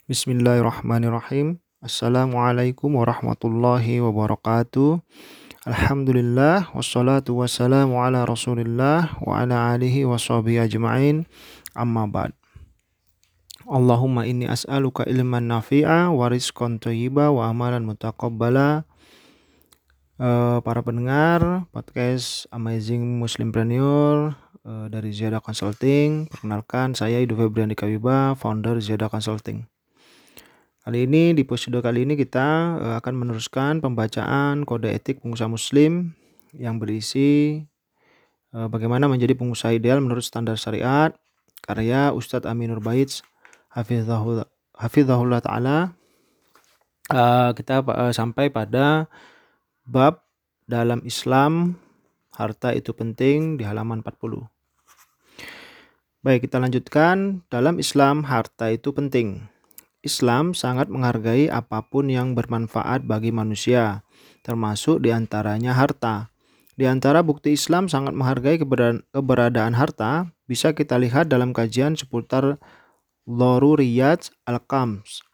Bismillahirrahmanirrahim. Assalamualaikum warahmatullahi wabarakatuh. Alhamdulillah wassalatu wassalamu ala Rasulillah wa ala alihi washabihi ajmain. Amma ba'd. Allahumma inni as'aluka ilman nafi'a wa rizqan thayyiba wa amalan mutaqabbala. Para pendengar podcast Amazing Muslimpreneur dari Ziyadah Consulting. Perkenalkan, saya Idu Febriandi Kawiba, founder Ziyadah Consulting. Kali ini di episode kali ini kita akan meneruskan pembacaan kode etik pengusaha muslim yang berisi bagaimana menjadi pengusaha ideal menurut standar syariat, karya Ustadz Aminur Baits hafizahullah taala. Kita sampai pada bab dalam Islam harta itu penting di halaman 40. Baik, kita lanjutkan. Dalam Islam harta itu penting. Islam sangat menghargai apapun yang bermanfaat bagi manusia, termasuk diantaranya harta. Di antara bukti Islam sangat menghargai keberadaan harta, bisa kita lihat dalam kajian seputar Dharuriyat al-Khams,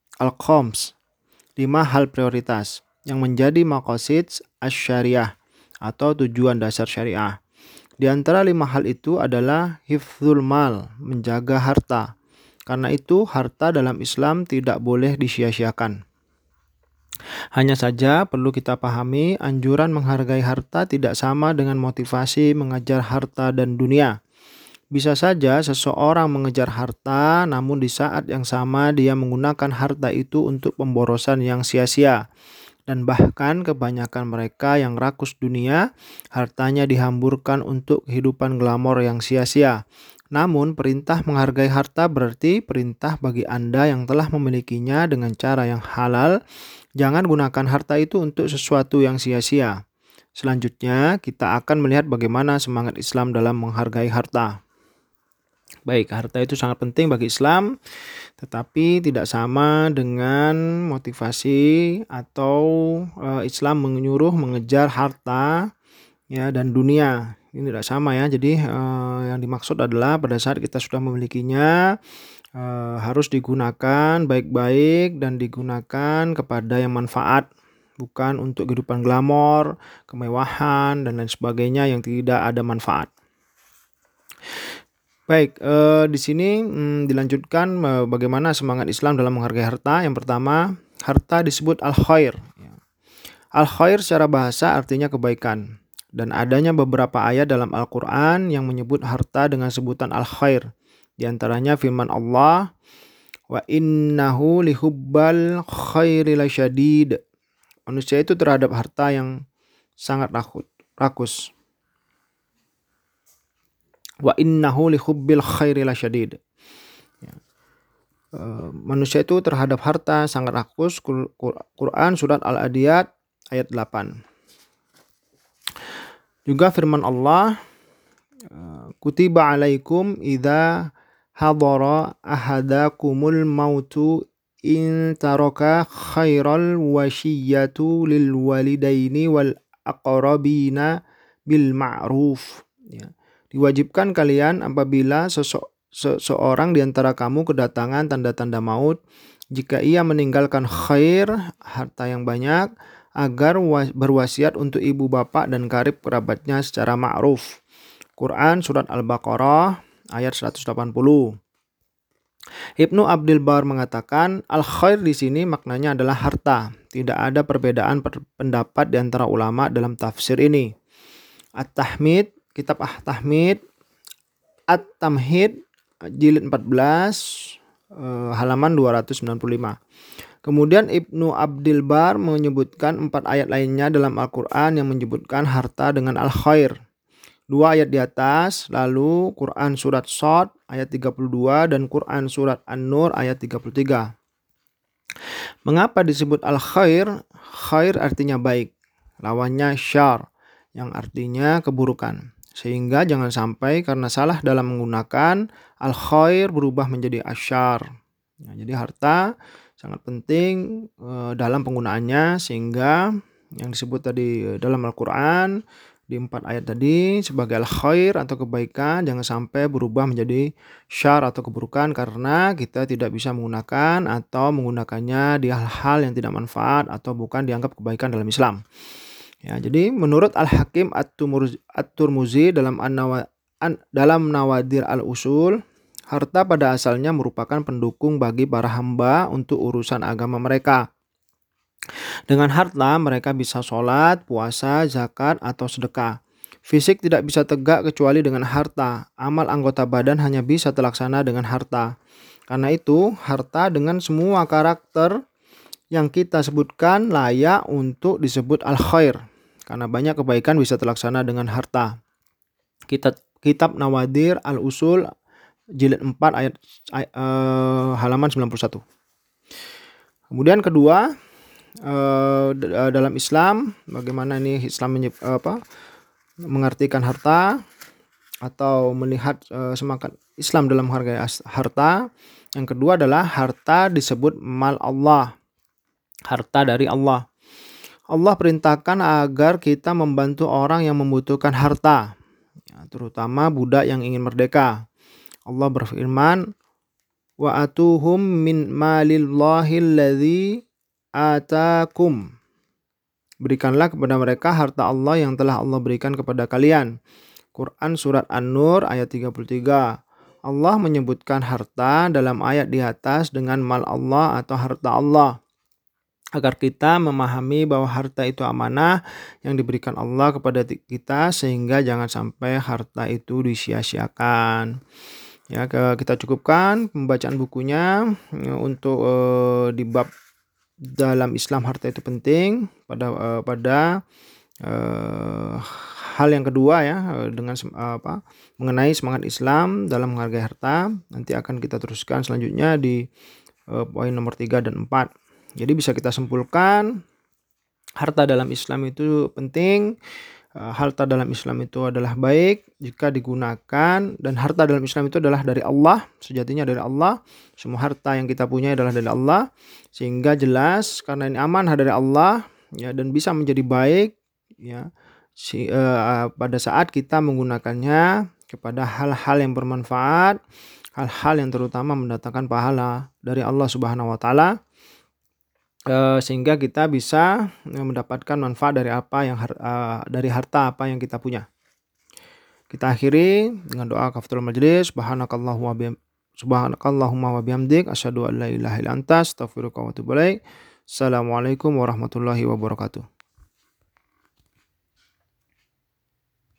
5 hal prioritas yang menjadi maqasid asy-syariah atau tujuan dasar syariah. Di antara 5 hal itu adalah hifdzul mal, menjaga harta. Karena itu, harta dalam Islam tidak boleh disia-siakan. Hanya saja perlu kita pahami, anjuran menghargai harta tidak sama dengan motivasi mengejar harta dan dunia. Bisa saja seseorang mengejar harta, namun di saat yang sama dia menggunakan harta itu untuk pemborosan yang sia-sia. Dan bahkan kebanyakan mereka yang rakus dunia, hartanya dihamburkan untuk kehidupan glamor yang sia-sia. Namun, perintah menghargai harta berarti perintah bagi Anda yang telah memilikinya dengan cara yang halal. Jangan gunakan harta itu untuk sesuatu yang sia-sia. Selanjutnya, kita akan melihat bagaimana semangat Islam dalam menghargai harta. Baik, harta itu sangat penting bagi Islam, tetapi tidak sama dengan motivasi atau Islam menyuruh mengejar harta ya dan dunia. Ini tidak sama ya. Jadi yang dimaksud adalah pada saat kita sudah memilikinya harus digunakan baik-baik dan digunakan kepada yang manfaat, bukan untuk kehidupan glamor, kemewahan dan lain sebagainya yang tidak ada manfaat. Baik, di sini dilanjutkan bagaimana semangat Islam dalam menghargai harta. Yang pertama, harta disebut al-khair. Al-khair secara bahasa artinya kebaikan. Dan adanya beberapa ayat dalam Al-Quran yang menyebut harta dengan sebutan al-khair. Di antaranya firman Allah, wa innahu lihubbal khairi lasyadid. Manusia itu terhadap harta yang sangat rakus. Wa innahu lihubbil khairi lasyadid. Manusia itu terhadap harta sangat rakus. Quran surat Al-Adiyat ayat 8. Juga firman Allah, kutiba alaikum idza hadara ahadakumul mautu in taraka khairal wasiyatu lil walidaini wal aqrabina bil ma'ruf. Ya. Diwajibkan kalian apabila seseorang di antara kamu kedatangan tanda-tanda maut, jika ia meninggalkan khair, harta yang banyak, agar berwasiat untuk ibu bapak dan karib kerabatnya secara ma'ruf. Quran surat Al-Baqarah ayat 180. Ibnu Abdul Bar mengatakan, al-khair di sini maknanya adalah harta. Tidak ada perbedaan pendapat di antara ulama dalam tafsir ini. At-Tahmid, kitab At-Tahmid, At-Tamhid, jilid 14, halaman 295. Kemudian Ibnu Abdul Bar menyebutkan 4 ayat lainnya dalam Al-Quran yang menyebutkan harta dengan al-khair. 2 ayat di atas, lalu Quran surat Shad ayat 32 dan Quran surat An-Nur ayat 33. Mengapa disebut al-khair? Khair artinya baik. Lawannya syar yang artinya keburukan. Sehingga jangan sampai karena salah dalam menggunakan al-khair berubah menjadi asyar. Nah, jadi harta sangat penting dalam penggunaannya, sehingga yang disebut tadi dalam Al-Quran di 4 ayat tadi sebagai al-khair atau kebaikan, jangan sampai berubah menjadi syar atau keburukan karena kita tidak bisa menggunakan atau menggunakannya di hal-hal yang tidak manfaat atau bukan dianggap kebaikan dalam Islam. Ya, jadi menurut Al-Hakim At-Turmuzi dalam Nawadir Al-Usul, harta pada asalnya merupakan pendukung bagi para hamba untuk urusan agama mereka. Dengan harta mereka bisa sholat, puasa, zakat, atau sedekah. Fisik tidak bisa tegak kecuali dengan harta. Amal anggota badan hanya bisa terlaksana dengan harta. Karena itu, harta dengan semua karakter yang kita sebutkan layak untuk disebut al-khair. Karena banyak kebaikan bisa terlaksana dengan harta. Kitab Nawadir Al-Usul jilid 4 halaman 91. Kemudian kedua, dalam Islam, bagaimana ini Islam mengartikan harta atau melihat semangat Islam dalam menghargai harta. Yang kedua adalah harta disebut mal Allah, harta dari Allah. Allah perintahkan agar kita membantu orang yang membutuhkan harta, terutama budak yang ingin merdeka. Allah berfirman, wa atuhum min malillahi alladzi atakum. Berikanlah kepada mereka harta Allah yang telah Allah berikan kepada kalian. Quran Surat An-Nur ayat 33. Allah menyebutkan harta dalam ayat di atas dengan mal Allah atau harta Allah, agar kita memahami bahwa harta itu amanah yang diberikan Allah kepada kita, sehingga jangan sampai harta itu disia-siakan. Ya, kita cukupkan pembacaan bukunya untuk di bab dalam Islam harta itu penting pada hal yang kedua ya, dengan mengenai semangat Islam dalam menghargai harta. Nanti akan kita teruskan selanjutnya di poin nomor 3 dan 4. Jadi bisa kita simpulkan harta dalam Islam itu penting. Harta dalam Islam itu adalah baik jika digunakan, dan harta dalam Islam itu adalah dari Allah, sejatinya dari Allah. Semua harta yang kita punya adalah dari Allah, sehingga jelas karena ini amanah dari Allah ya, dan bisa menjadi baik ya pada saat kita menggunakannya kepada hal-hal yang bermanfaat, hal-hal yang terutama mendatangkan pahala dari Allah Subhanahu wa taala. Sehingga kita bisa mendapatkan manfaat dari dari harta apa yang kita punya. Kita akhiri dengan doa kafaratul majlis. Subhanakallahumma wa bihamdik asyhadu an la ilaha illa anta astaghfiruka wa atubu ilaik. Assalamualaikum warahmatullahi wabarakatuh.